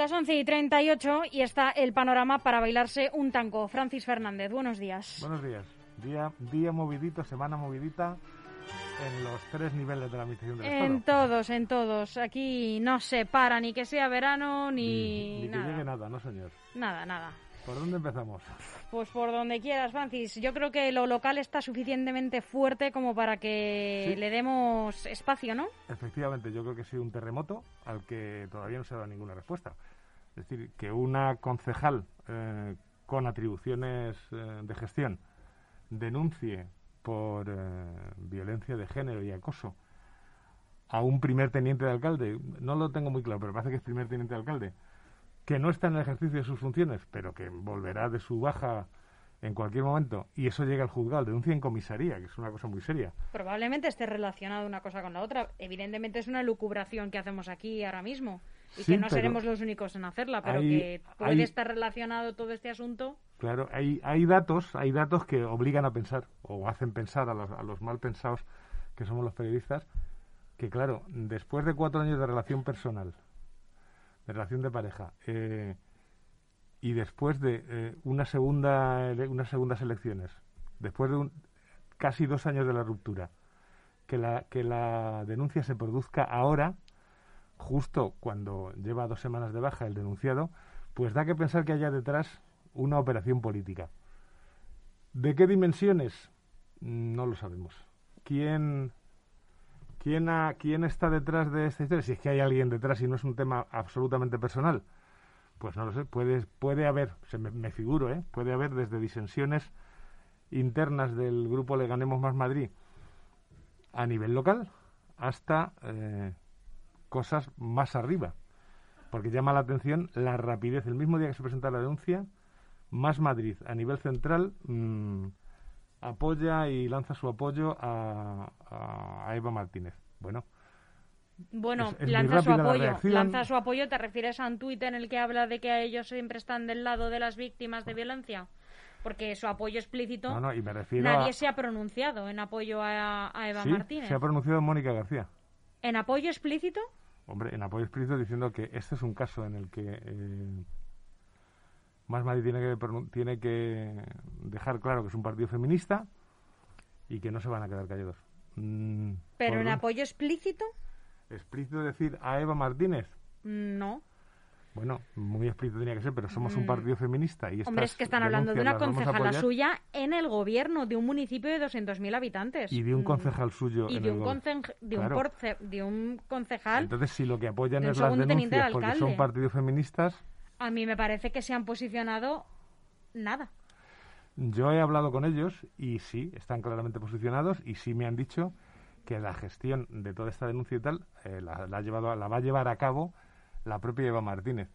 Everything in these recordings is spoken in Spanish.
Las 11:38 y está el panorama para bailarse un tango. Francis Fernández, buenos días. Buenos días. Día movidito, semana movidita en los 3 niveles de la administración del Estado. En todos. Aquí no se para ni que sea verano ni nada. que llegue nada, no señor. Nada. ¿Por dónde empezamos? Pues por donde quieras, Francis. Yo creo que lo local está suficientemente fuerte como para que le demos espacio, ¿no? Efectivamente, yo creo que ha sido un terremoto al que todavía no se ha dado ninguna respuesta. Es decir, que una concejal con atribuciones de gestión denuncie por violencia de género y acoso a un primer teniente de alcalde, no lo tengo muy claro, pero parece que es primer teniente de alcalde, que no está en el ejercicio de sus funciones, pero que volverá de su baja en cualquier momento, y eso llega al juzgado, denuncia en comisaría, que es una cosa muy seria. Probablemente esté relacionado una cosa con la otra. Evidentemente es una lucubración que hacemos aquí ahora mismo, y que no seremos los únicos en hacerla, pero que puede estar relacionado todo este asunto. Claro, hay datos que obligan a pensar, o hacen pensar a los mal pensados que somos los periodistas, que claro, después de 4 años de relación personal, de relación de pareja, y después de unas segundas elecciones, después de casi 2 años de la ruptura, que la denuncia se produzca ahora, justo cuando lleva 2 semanas de baja el denunciado, pues da que pensar que haya detrás una operación política. ¿De qué dimensiones? No lo sabemos. ¿Quién está detrás de esta historia? Si es que hay alguien detrás y no es un tema absolutamente personal, pues no lo sé. Puede haber, me figuro, puede haber desde disensiones internas del grupo Le Ganemos Más Madrid a nivel local hasta cosas más arriba, porque llama la atención la rapidez. El mismo día que se presenta la denuncia, Más Madrid a nivel central apoya y lanza su apoyo a Eva Martínez. Bueno, lanza su apoyo. ¿Te refieres a un tuit en el que habla de que ellos siempre están del lado de las víctimas de violencia? Porque su apoyo explícito, y me refiero nadie se ha pronunciado en apoyo a Eva Martínez. Se ha pronunciado Mónica García. ¿En apoyo explícito? Hombre, en apoyo explícito, diciendo que este es un caso en el que Más Madrid tiene que dejar claro que es un partido feminista y que no se van a quedar callados. ¿Pero en apoyo explícito? ¿Explícito decir a Eva Martínez? No. Bueno, muy explícito tenía que ser, pero somos un partido feminista. Y hombre, es que están hablando de una concejala suya en el gobierno de un municipio de 200.000 habitantes. Y de un concejal suyo y en de el de un concejal. Entonces, si lo que apoyan es las denuncias porque son partidos feministas... A mí me parece que se han posicionado nada. Yo he hablado con ellos y sí, están claramente posicionados y sí me han dicho que la gestión de toda esta denuncia y tal la va a llevar a cabo la propia Eva Martínez.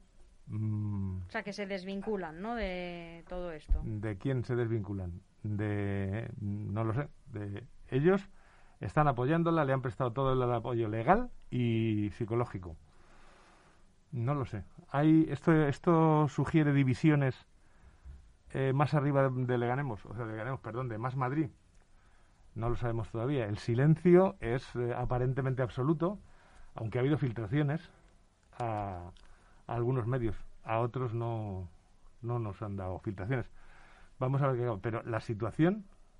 O sea, que se desvinculan, ¿no?, de todo esto. ¿De quién se desvinculan? No lo sé. Ellos están apoyándola, le han prestado todo el apoyo legal y psicológico. No lo sé. Esto sugiere divisiones más arriba de de Más Madrid. No lo sabemos todavía. El silencio es aparentemente absoluto, aunque ha habido filtraciones a algunos medios. A otros no nos han dado filtraciones. Vamos a ver qué. Pero la situación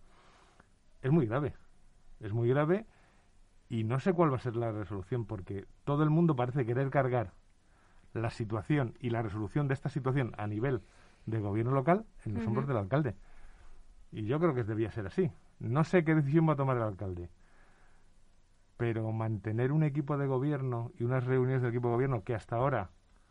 es muy grave. Es muy grave y no sé cuál va a ser la resolución, porque todo el mundo parece querer cargar la situación y la resolución de esta situación a nivel de gobierno local en los hombros del alcalde. Y yo creo que debía ser así. No sé qué decisión va a tomar el alcalde, pero mantener un equipo de gobierno y unas reuniones del equipo de gobierno que hasta ahora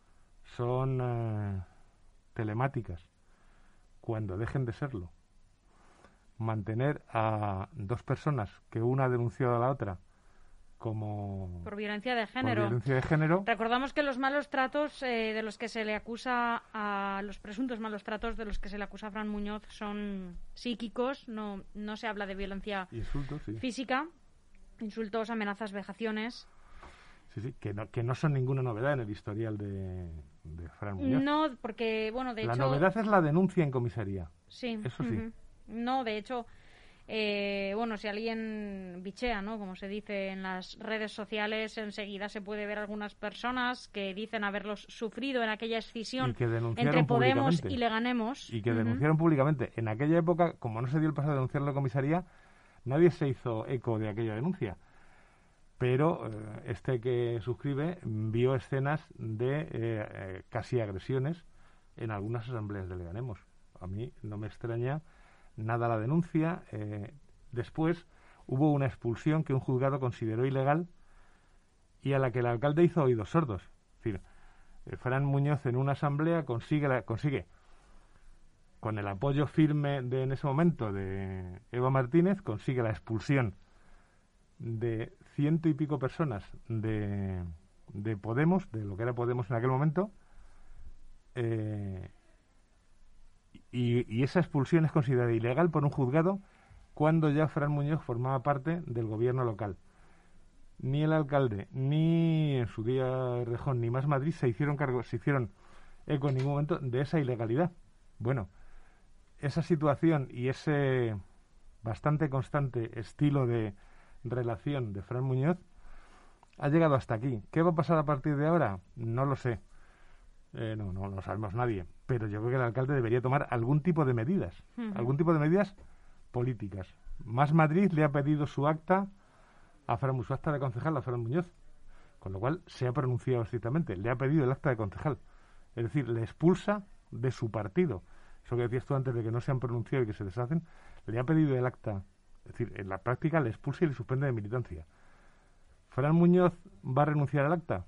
son telemáticas, cuando dejen de serlo, mantener a 2 personas que una ha denunciado a la otra por violencia de género. Recordamos que los malos tratos de los que se le acusa a los presuntos malos tratos de los que se le acusa a Fran Muñoz son psíquicos, no se habla de violencia física, insultos, amenazas, vejaciones. Sí, que no son ninguna novedad en el historial de Fran Muñoz. No, porque, de hecho... La novedad es la denuncia en comisaría. Sí. Eso sí. No, de hecho... Bueno, si alguien bichea, ¿no?, como se dice en las redes sociales, enseguida se puede ver algunas personas que dicen haberlos sufrido en aquella escisión entre Podemos y Leganemos. Y que denunciaron públicamente. En aquella época, como no se dio el paso de denunciarlo en la comisaría, nadie se hizo eco de aquella denuncia. Pero este que suscribe vio escenas de casi agresiones en algunas asambleas de Leganemos. A mí no me extraña nada la denuncia. Después hubo una expulsión que un juzgado consideró ilegal y a la que el alcalde hizo oídos sordos. Es decir, Fran Muñoz en una asamblea consigue con el apoyo firme en ese momento de Eva Martínez, consigue la expulsión de 100 y pico personas de Podemos, de lo que era Podemos en aquel momento, y esa expulsión es considerada ilegal por un juzgado cuando ya Fran Muñoz formaba parte del gobierno local. Ni el alcalde, ni en su día Errejón, ni Más Madrid se hicieron eco en ningún momento de esa ilegalidad. Bueno, esa situación y ese bastante constante estilo de relación de Fran Muñoz ha llegado hasta aquí. ¿Qué va a pasar a partir de ahora? No lo sé. No lo sabemos nadie. Pero yo creo que el alcalde debería tomar algún tipo de medidas. Algún tipo de medidas políticas. Más Madrid le ha pedido su acta su acta de concejal a Fran Muñoz. Con lo cual se ha pronunciado estrictamente. Le ha pedido el acta de concejal. Es decir, le expulsa de su partido. Eso que decías tú antes de que no se han pronunciado y que se deshacen. Le ha pedido el acta. Es decir, en la práctica le expulsa y le suspende de militancia. ¿Fran Muñoz va a renunciar al acta?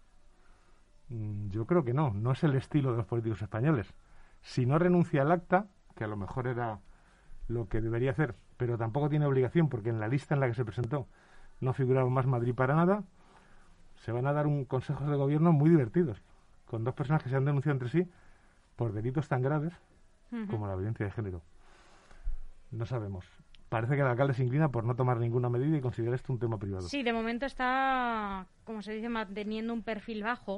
Yo creo que no. No es el estilo de los políticos españoles. Si no renuncia al acta, que a lo mejor era lo que debería hacer, pero tampoco tiene obligación, porque en la lista en la que se presentó no figuraba Más Madrid para nada, se van a dar un consejos de gobierno muy divertidos, con dos personas que se han denunciado entre sí por delitos tan graves como la violencia de género. No sabemos. Parece que el alcalde se inclina por no tomar ninguna medida y considera esto un tema privado. Sí, de momento está, como se dice, manteniendo un perfil bajo.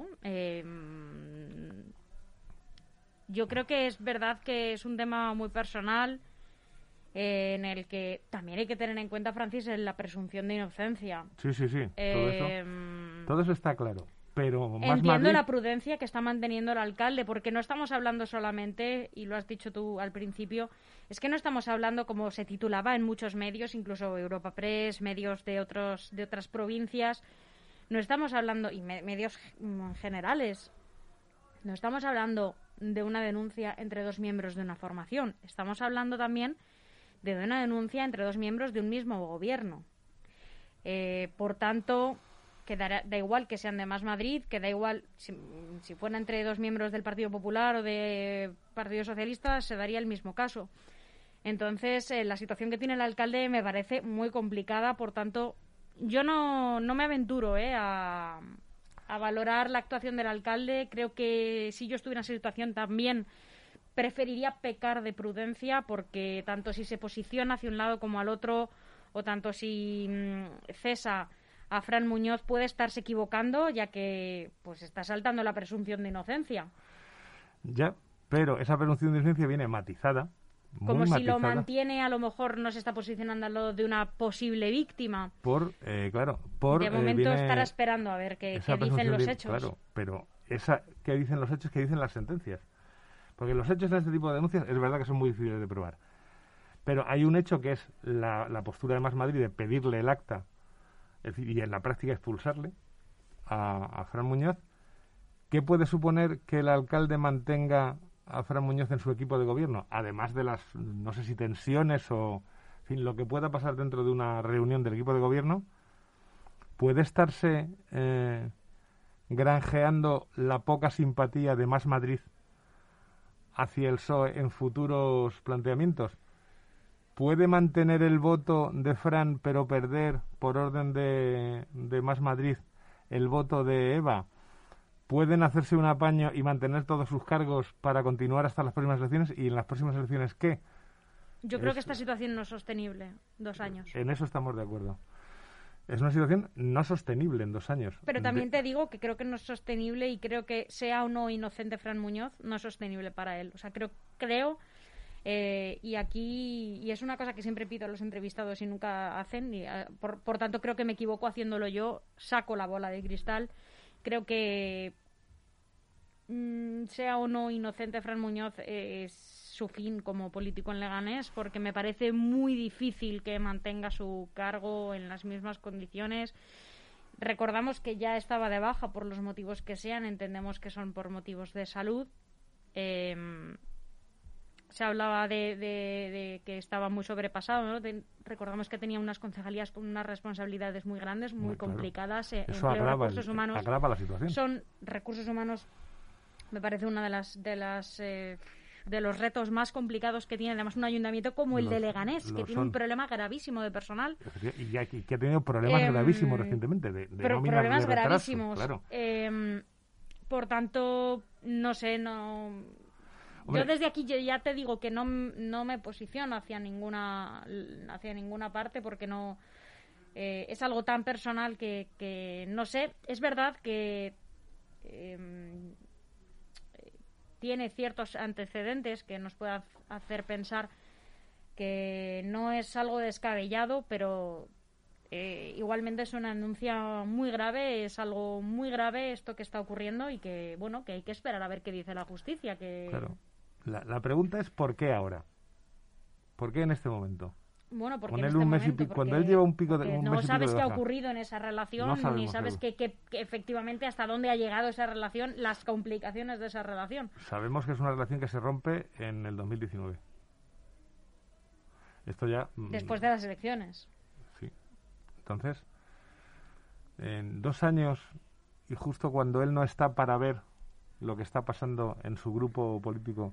Yo creo que es verdad que es un tema muy personal, en el que también hay que tener en cuenta, Francis, la presunción de inocencia. Sí. Todo eso está claro. Pero Más entiendo Madrid... la prudencia que está manteniendo el alcalde, porque no estamos hablando solamente, y lo has dicho tú al principio, es que no estamos hablando, como se titulaba en muchos medios, incluso Europa Press, medios de otras provincias, no estamos hablando, y medios generales, no estamos hablando de una denuncia entre dos miembros de una formación, estamos hablando también de una denuncia entre dos miembros de un mismo gobierno. Por tanto, que da igual que sean de Más Madrid, que da igual si fuera entre dos miembros del Partido Popular o de Partido Socialista, se daría el mismo caso. Entonces, la situación que tiene el alcalde me parece muy complicada, por tanto, yo no me aventuro a valorar la actuación del alcalde. Creo que si yo estuviera en esa situación también preferiría pecar de prudencia, porque tanto si se posiciona hacia un lado como al otro, o tanto si cesa a Fran Muñoz, puede estarse equivocando, ya que pues está saltando la presunción de inocencia. Ya, pero esa presunción de inocencia viene matizada. Como si lo mantiene, a lo mejor no se está posicionando al lado de una posible víctima. De momento estará esperando a ver qué dicen los hechos. Claro, pero ¿qué dicen los hechos? ¿Qué dicen las sentencias? Porque los hechos en este tipo de denuncias es verdad que son muy difíciles de probar. Pero hay un hecho que es la postura de Más Madrid de pedirle el acta, es decir, y en la práctica expulsarle a Fran Muñoz. ¿Qué puede suponer que el alcalde mantenga a Fran Muñoz en su equipo de gobierno? Además de las, no sé si tensiones o, en fin, lo que pueda pasar dentro de una reunión del equipo de gobierno, puede estarse granjeando la poca simpatía de Más Madrid hacia el PSOE en futuros planteamientos. ¿Puede mantener el voto de Fran pero perder por orden de Más Madrid el voto de Eva? ¿Pueden hacerse un apaño y mantener todos sus cargos para continuar hasta las próximas elecciones? ¿Y en las próximas elecciones qué? Yo creo que esta situación no es sostenible, 2 años. En eso estamos de acuerdo. Es una situación no sostenible en 2 años. Pero también te digo que creo que no es sostenible, y creo que sea o no inocente Fran Muñoz, no es sostenible para él. O sea, creo Y es una cosa que siempre pido a los entrevistados y nunca hacen, y por tanto creo que me equivoco haciéndolo yo, saco la bola de cristal. Creo que sea o no inocente Fran Muñoz es su fin como político en Leganés, porque me parece muy difícil que mantenga su cargo en las mismas condiciones. Recordamos que ya estaba de baja por los motivos que sean, entendemos que son por motivos de salud. Se hablaba de que estaba muy sobrepasado, ¿no? Recordamos que tenía unas concejalías con unas responsabilidades muy grandes, muy complicadas. Eso agrava la situación. Son recursos humanos, me parece una de los retos más complicados que tiene además un ayuntamiento como el de Leganés, que tiene un problema gravísimo de personal. Y que ha tenido problemas gravísimos recientemente, de problemas de retraso, gravísimos. Claro. Por tanto, no sé, Hombre, yo desde aquí ya te digo que no me posiciono hacia ninguna parte, porque no es algo tan personal que no sé. Es verdad que tiene ciertos antecedentes que nos pueden hacer pensar que no es algo descabellado, pero igualmente es una denuncia muy grave, es algo muy grave esto que está ocurriendo, y que bueno, que hay que esperar a ver qué dice la justicia. Claro. La pregunta es ¿por qué ahora? ¿Por qué en este momento? Bueno, porque con en él este un mes momento, y pico, cuando él lleva un pico de no sabes qué ha ocurrido en esa relación, no ni sabes que efectivamente hasta dónde ha llegado esa relación, las complicaciones de esa relación. Sabemos que es una relación que se rompe en el 2019. Esto ya después de las elecciones. Sí. Entonces, en 2 años, y justo cuando él no está para ver lo que está pasando en su grupo político,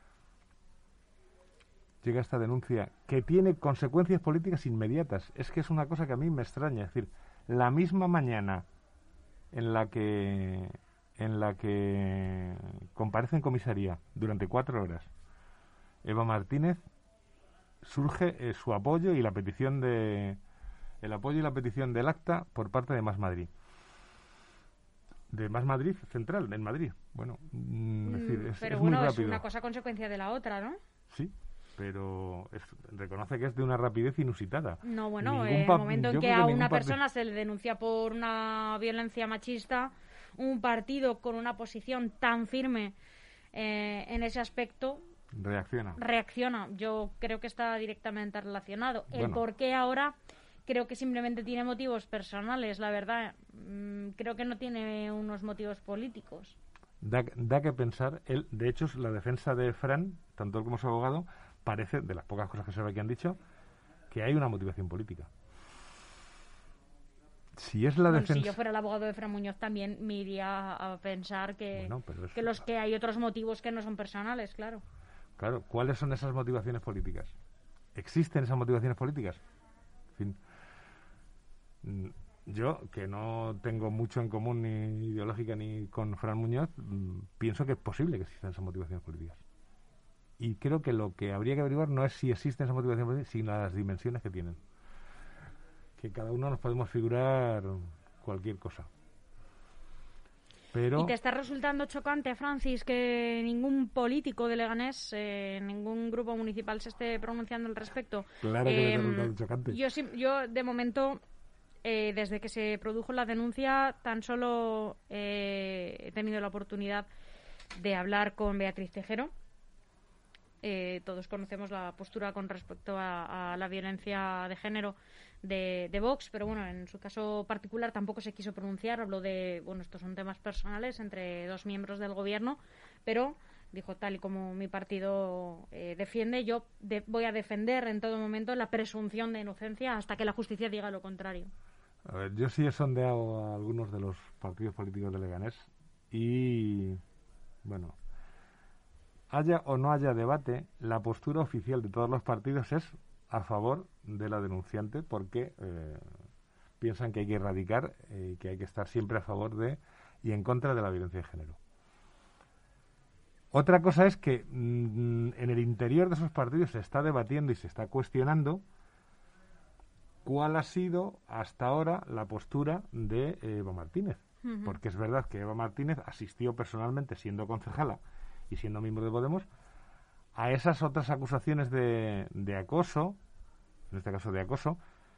llega esta denuncia que tiene consecuencias políticas inmediatas. Es que es una cosa que a mí me extraña. Es decir, la misma mañana en la que comparece en comisaría durante 4 horas Eva Martínez, surge su apoyo y la petición del acta por parte de Más Madrid. De Más Madrid Central, en Madrid. Bueno, es decir, pero es bueno, muy rápido. Es una cosa consecuencia de la otra, ¿no? Sí, pero reconoce que es de una rapidez inusitada. No, bueno, en el momento en que a una persona se le denuncia por una violencia machista, un partido con una posición tan firme en ese aspecto reacciona. Yo creo que está directamente relacionado. El por qué ahora, creo que simplemente tiene motivos personales, la verdad. Creo que no tiene unos motivos políticos. Da que pensar. De hecho, la defensa de Fran, tanto él como su abogado, parece, de las pocas cosas que se ve que han dicho, que hay una motivación política. Si es la defensa... Si yo fuera el abogado de Fran Muñoz también me iría a pensar que hay otros motivos que no son personales, claro. Claro, ¿cuáles son esas motivaciones políticas? ¿Existen esas motivaciones políticas? En fin, yo, que no tengo mucho en común ni ideológica ni con Fran Muñoz, pienso que es posible que existan esas motivaciones políticas. Y creo que lo que habría que averiguar no es si existen esas motivaciones políticas, sino las dimensiones que tienen. Que cada uno nos podemos figurar cualquier cosa. Pero... ¿Y te está resultando chocante, Francis, que ningún político de Leganés, ningún grupo municipal se esté pronunciando al respecto? Claro que me está resultando chocante. Yo, de momento, desde que se produjo la denuncia, tan solo he tenido la oportunidad de hablar con Beatriz Tejero. Todos conocemos la postura con respecto a la violencia de género de Vox, pero bueno, en su caso particular tampoco se quiso pronunciar. Habló de, estos son temas personales entre 2 miembros del gobierno, pero dijo, tal y como mi partido defiende, yo voy a defender en todo momento la presunción de inocencia hasta que la justicia diga lo contrario. A ver, yo sí he sondeado a algunos de los partidos políticos de Leganés y, bueno, haya o no haya debate, la postura oficial de todos los partidos es a favor de la denunciante, porque piensan que hay que erradicar, que hay que estar siempre a favor de y en contra de la violencia de género. Otra cosa es que en el interior de esos partidos se está debatiendo y se está cuestionando cuál ha sido hasta ahora la postura de Eva Martínez. Uh-huh. Porque es verdad que Eva Martínez asistió personalmente, siendo concejala y siendo miembro de Podemos, a esas otras acusaciones de acoso, en este caso de acoso,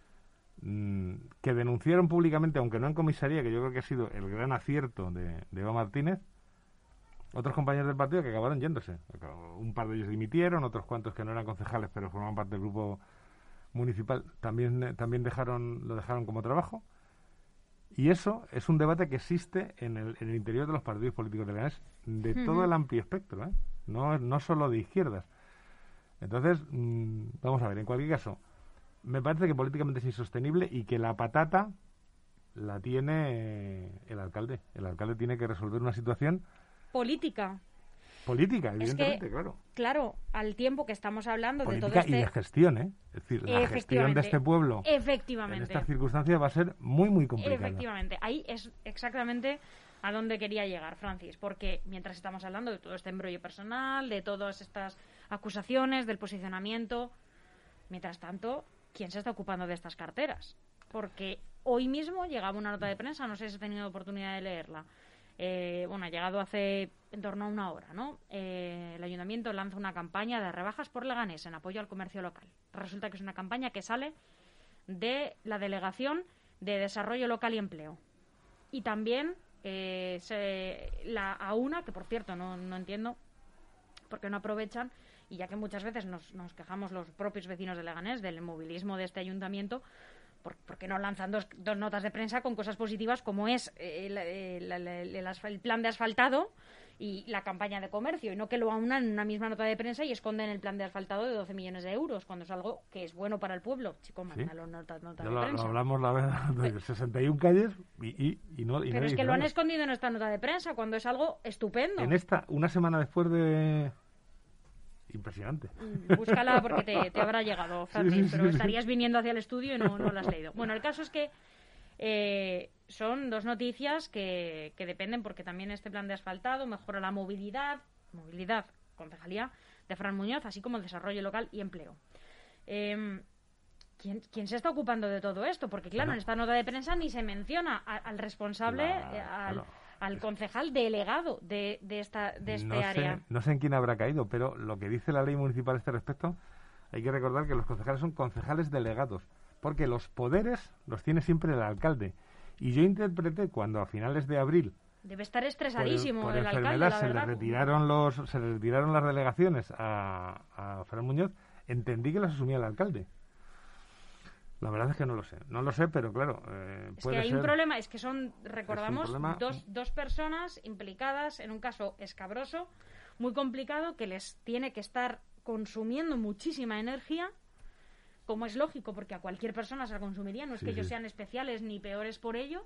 que denunciaron públicamente, aunque no en comisaría, que yo creo que ha sido el gran acierto de Eva Martínez, otros compañeros del partido que acabaron yéndose. Un par de ellos dimitieron, otros cuantos que no eran concejales pero formaban parte del grupo municipal también lo dejaron como trabajo. Y eso es un debate que existe en el interior de los partidos políticos de Leganés, de todo el amplio espectro, no solo de izquierdas. Entonces, vamos a ver, en cualquier caso, me parece que políticamente es insostenible y que la patata la tiene el alcalde. El alcalde tiene que resolver una situación política, evidentemente, claro. Claro, al tiempo que estamos hablando política de todo y de gestión, Es decir, la gestión de este pueblo en estas circunstancias va a ser muy, muy complicada. Efectivamente, ahí es exactamente a donde quería llegar, Francis, porque mientras estamos hablando de todo este embrollo personal, de todas estas acusaciones, del posicionamiento, mientras tanto, ¿quién se está ocupando de estas carteras? Porque hoy mismo llegaba una nota de prensa, no sé si has tenido oportunidad de leerla. Ha llegado hace en torno a una hora, ¿no? El ayuntamiento lanza una campaña de rebajas por Leganés en apoyo al comercio local. Resulta que es una campaña que sale de la Delegación de Desarrollo Local y Empleo. Y también la AUNA, que por cierto no entiendo por qué no aprovechan, y ya que muchas veces nos quejamos los propios vecinos de Leganés del movilismo de este ayuntamiento, ¿por qué no lanzan dos notas de prensa con cosas positivas como es el plan de asfaltado y la campaña de comercio, y no que lo aunan en una misma nota de prensa y esconden el plan de asfaltado de 12 millones de euros, cuando es algo que es bueno para el pueblo? Chicos, mándalo nota de prensa. Lo hablamos la verdad de 61 calles y no. Pero es que lo han escondido en esta nota de prensa cuando es algo estupendo. En una semana después de... Impresionante. Búscala porque te habrá llegado, Francis, pero estarías viniendo hacia el estudio y no lo has leído. Bueno, el caso es que son dos noticias que dependen, porque también este plan de asfaltado mejora la movilidad, concejalía de Fran Muñoz, así como el desarrollo local y empleo. ¿Quién se está ocupando de todo esto? Porque claro, en esta nota de prensa ni se menciona al responsable, al concejal delegado de este área. No sé en quién habrá caído, pero lo que dice la ley municipal a este respecto, hay que recordar que los concejales son concejales delegados, porque los poderes los tiene siempre el alcalde. Y yo interpreté cuando a finales de abril debe estar estresadísimo por el alcalde, la verdad. Se le retiraron las delegaciones a Fran Muñoz, entendí que las asumía el alcalde. La verdad es que no lo sé, pero claro, es que hay un problema, es que recordamos, dos personas implicadas en un caso escabroso, muy complicado, que les tiene que estar consumiendo muchísima energía, como es lógico, porque a cualquier persona se la consumiría, no es que ellos sean especiales ni peores por ello,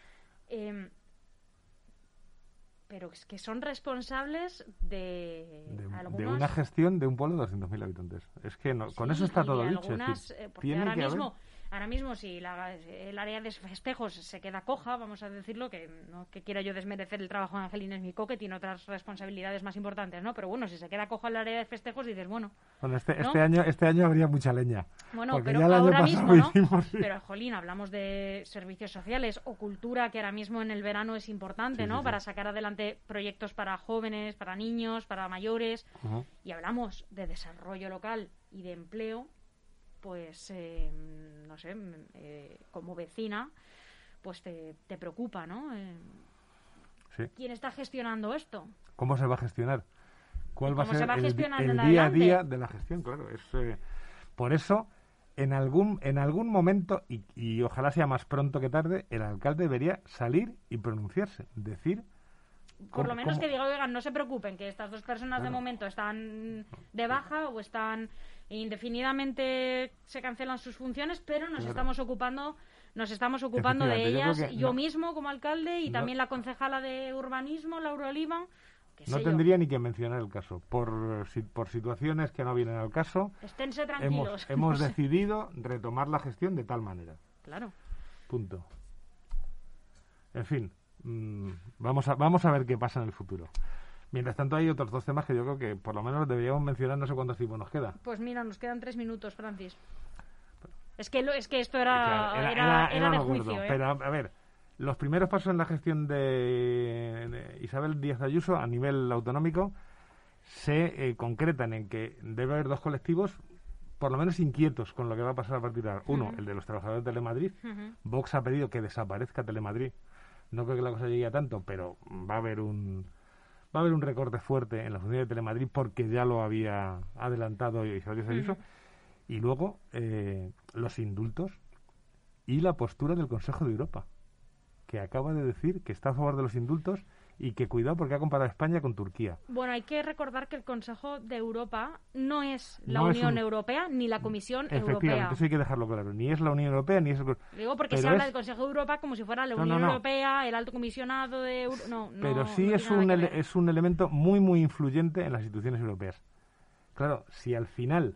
pero es que son responsables de una gestión de un pueblo de 200.000 habitantes. Es que con eso está todo dicho. Porque ahora mismo si el área de festejos se queda coja, vamos a decirlo, que no que quiera yo desmerecer el trabajo de Angelina Esmicó, que tiene otras responsabilidades más importantes, ¿no? Pero bueno, si se queda coja el área de festejos, dices, bueno, este año habría mucha leña. Bueno, pero ahora mismo, ¿no? Pero, jolín, hablamos de servicios sociales o cultura, que ahora mismo en el verano es importante, ¿no? Para sacar adelante proyectos para jóvenes, para niños, para mayores. Uh-huh. Y hablamos de desarrollo local y de empleo, pues, no sé, como vecina, pues te preocupa, ¿no? ¿Quién está gestionando esto? ¿Cómo se va a gestionar? ¿Cuál va a ser el día a día de la gestión? Claro, por eso, en algún momento, y ojalá sea más pronto que tarde, el alcalde debería salir y pronunciarse, decir... Por lo menos que diga, oigan, no se preocupen, que estas dos personas de momento están de baja o están indefinidamente, se cancelan sus funciones, pero nos estamos ocupando de ellas, yo mismo como alcalde y también la concejala de urbanismo, Laura Oliva. No tendría ni que mencionar el caso. Por situaciones que no vienen al caso, esténse tranquilos. Hemos decidido retomar la gestión de tal manera. Claro. Punto. En fin. Vamos a ver qué pasa en el futuro. Mientras tanto hay otros dos temas que yo creo que por lo menos deberíamos mencionar, no sé cuánto tiempo nos queda. Pues mira, nos quedan 3 minutos, Francis. Es que esto era de juicio, Pero a ver, los primeros pasos en la gestión de Isabel Díaz Ayuso a nivel autonómico se concretan en que debe haber dos colectivos por lo menos inquietos con lo que va a pasar a partir de ahora. Uno, el de los trabajadores de Telemadrid. Vox ha pedido que desaparezca Telemadrid. No creo que la cosa llegue a tanto, pero va a haber un recorte fuerte en la función de Telemadrid porque ya lo había adelantado Isabel Ayuso. Y luego los indultos y la postura del Consejo de Europa, que acaba de decir que está a favor de los indultos y que cuidado porque ha comparado a España con Turquía. Bueno, hay que recordar que el Consejo de Europa no es la Unión Europea ni la Comisión Europea. Efectivamente, eso hay que dejarlo claro. Ni es la Unión Europea ni es el... Digo porque se habla del Consejo de Europa como si fuera la Unión Europea, el Alto Comisionado de... Pero sí es un elemento muy, muy influyente en las instituciones europeas. Claro, si al final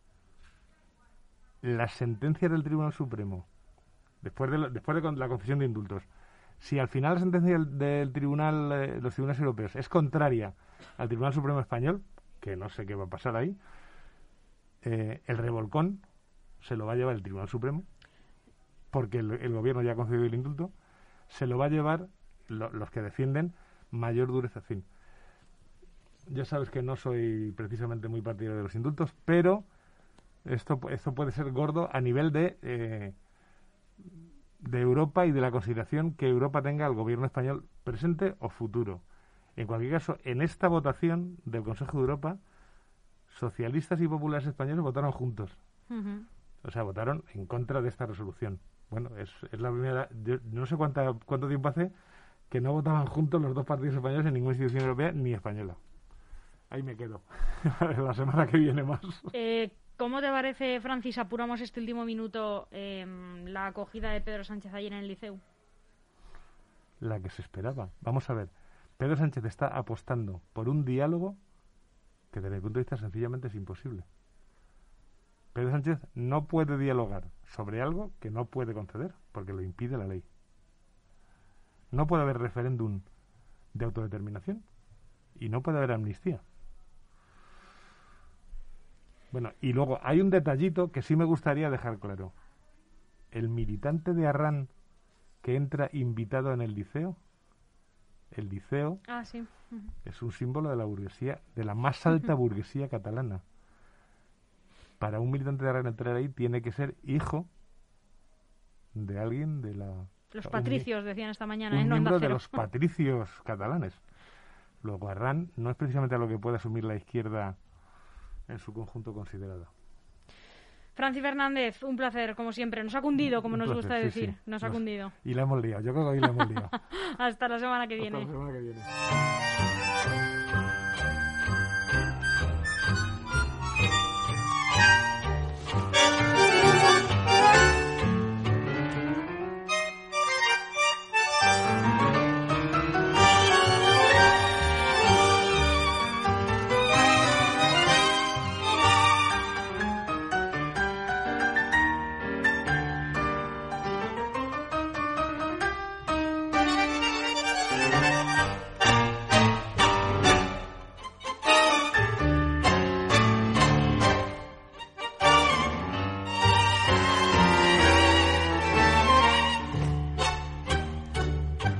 las sentencias del Tribunal Supremo, después de la concesión de indultos, si al final la sentencia del tribunal, los tribunales europeos, es contraria al Tribunal Supremo Español, que no sé qué va a pasar ahí, el revolcón se lo va a llevar el Tribunal Supremo, porque el gobierno ya ha concedido el indulto, se lo va a llevar los que defienden mayor dureza. En fin, ya sabes que no soy precisamente muy partidario de los indultos, pero esto puede ser gordo a nivel de Europa y de la consideración que Europa tenga al gobierno español presente o futuro. En cualquier caso, en esta votación del Consejo de Europa, socialistas y populares españoles votaron juntos. O sea, votaron en contra de esta resolución. Bueno, es la primera... Yo no sé cuánto tiempo hace que no votaban juntos los dos partidos españoles en ninguna institución europea ni española. Ahí me quedo. La semana que viene más. ¿Cómo te parece, Francis, apuramos este último minuto, la acogida de Pedro Sánchez ayer en el Liceu? La que se esperaba. Vamos a ver. Pedro Sánchez está apostando por un diálogo que desde mi punto de vista sencillamente es imposible. Pedro Sánchez no puede dialogar sobre algo que no puede conceder, porque lo impide la ley. No puede haber referéndum de autodeterminación y no puede haber amnistía. Bueno, y luego hay un detallito que sí me gustaría dejar claro. El militante de Arran que entra invitado en el Liceo, sí. Es un símbolo de la burguesía, de la más alta burguesía catalana. Para un militante de Arran entrar ahí tiene que ser hijo de alguien de la... Los patricios, decían esta mañana. Un miembro de los patricios catalanes. Luego Arran no es precisamente a lo que puede asumir la izquierda en su conjunto considerado. Francis Fernández, un placer, como siempre. Nos ha cundido, como nos gusta decir. Sí. Nos ha cundido. Y la hemos liado. Yo creo que hoy la hemos liado. Hasta la semana que viene. Hasta la semana que viene.